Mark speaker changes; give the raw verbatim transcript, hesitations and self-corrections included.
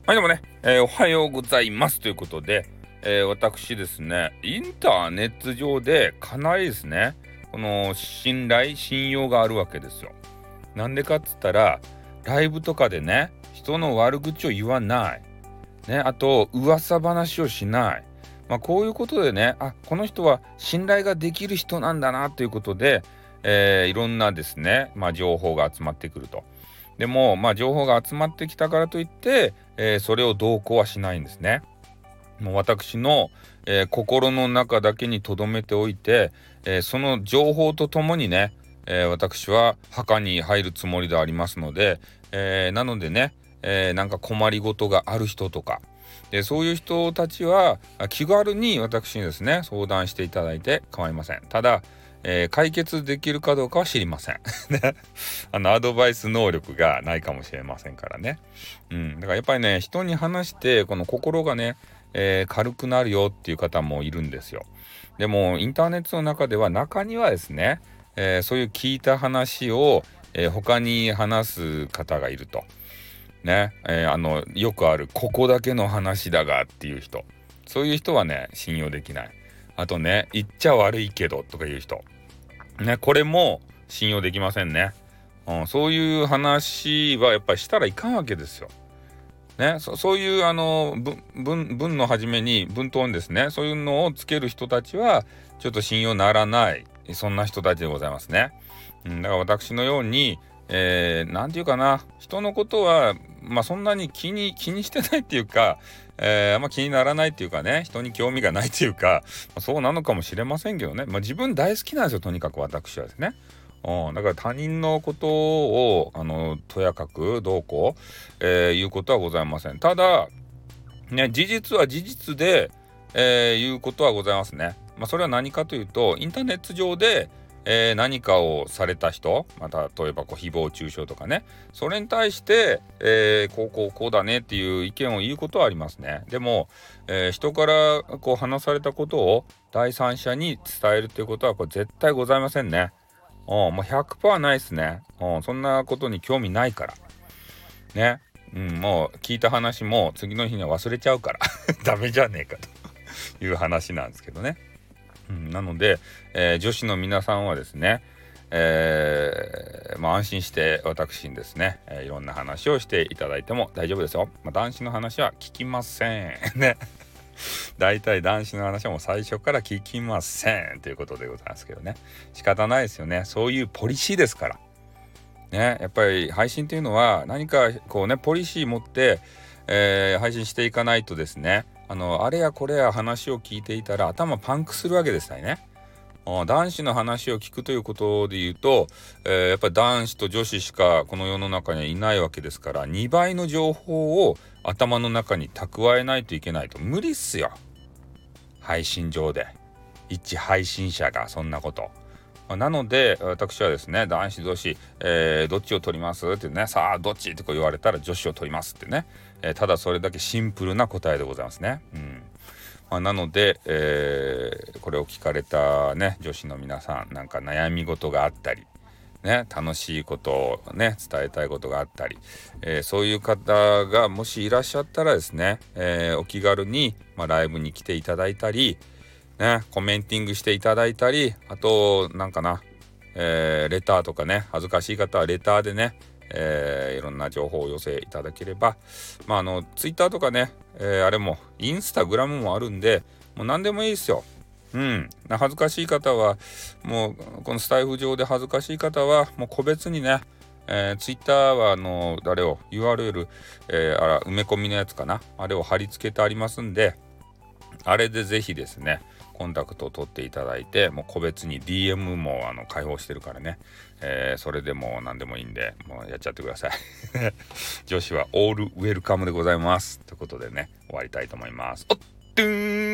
Speaker 1: はい、でもね、えーおはようございますということで、えー私ですね、インターネット上でかなりですね、この信頼、信用があるわけですよ。なんでかっつったら、ライブとかでね、人の悪口を言わない。ね、あと、噂話をしない。まあ、こういうことでね、あ、この人は信頼ができる人なんだなということで、えーいろんなですね、まあ、情報が集まってくると。でも、まあ、情報が集まってきたからといって、えーそれをどうこうはしないんですね。もう私の、えー心の中だけに留めておいて、えーその情報とともにね、えー私は墓に入るつもりでありますので、えーなのでね、えーなんか困りごとがある人とか、でそういう人たちはあ気軽に私にですね相談していただいて構いません。ただ、えー解決できるかどうかは知りません。ね、あのアドバイス能力がないかもしれませんからね。うん、だからやっぱりね、人に話してこの心がね、えー軽くなるよっていう方もいるんですよ。でもインターネットの中では中にはですね、えーそういう聞いた話を、えー他に話す方がいると。ね、えーあのよくあるここだけの話だがっていう人、そういう人はね信用できない。あとね、言っちゃ悪いけどとかいう人ね、これも信用できませんね。うん、そういう話はやっぱりしたらいかんわけですよ。ね、そそういうあの文文文の初めに文頭にですね、そういうのをつける人たちはちょっと信用ならない、そんな人たちでございますね。うん、だから私のように、えー、なんていうかな、人のことはまあそんなに気に気にしてないっていうか、えー、あんま気にならないっていうかね、人に興味がないっていうか、まあそうなのかもしれませんけどね。まあ自分大好きなんですよ、とにかく私はですね。うん、だから他人のことをあのとやかくどうこう、えー、いうことはございません。ただね、事実は事実で、えー、いうことはございますね。まあ、それは何かというと、インターネット上で、えー何かをされた人、また例えばこう誹謗中傷とかね、それに対して、えーこうこうこうだねっていう意見を言うことはありますね。でも、えー人からこう話されたことを第三者に伝えるということはこれ絶対ございませんね。うん、もうひゃくパーセントないですね。うん、そんなことに興味ないから。ね。うん、もう聞いた話も次の日には忘れちゃうからダメじゃねえかという話なんですけどね。うん、なので、えー女子の皆さんはですね、えーまあ、安心して私にですね、えーいろんな話をしていただいても大丈夫ですよ。まあ、男子の話は聞きませんね。大体男子の話はもう最初から聞きませんということでございますけどね。仕方ないですよね。そういうポリシーですから。ね、やっぱり配信っていうのは何かこうねポリシー持って、えー配信していかないとですね、あのあれやこれや話を聞いていたら頭パンクするわけですね。あ男子の話を聞くということで言うと、えーやっぱり男子と女子しかこの世の中にはいないわけですから、にばいの情報を頭の中に蓄えないといけないと無理っすよ、配信上で一配信者がそんなこと。なので私はですね、男子同士、えーどっちを取りますってね、さあどっちってこう言われたら女子を取りますってね、えーただそれだけシンプルな答えでございますね。うんまあ、なので、えーこれを聞かれたね女子の皆さん、なんか悩み事があったりね、楽しいことをね伝えたいことがあったり、えーそういう方がもしいらっしゃったらですね、えーお気軽に、まあ、ライブに来ていただいたりね、コメンティングしていただいたり、あとなんかな、えーレターとかね、恥ずかしい方はレターでね、えーいろんな情報を寄せいただければ、まああのツイッターとかね、えーあれもインスタグラムもあるんで、もう何でもいいですよ。うん、恥ずかしい方はもうこのスタイフ上で恥ずかしい方はもう個別にね、えー、ツイッターはあの誰を ユーアールエル、えーあら埋め込みのやつかな、あれを貼り付けてありますんで、あれでぜひですねコンタクトを取っていただいて、もう個別に ディーエム もあの開放してるからね、えーそれでも何でもいいんでもうやっちゃってください女子はオールウェルカムでございますということでね、終わりたいと思います。おっとーん。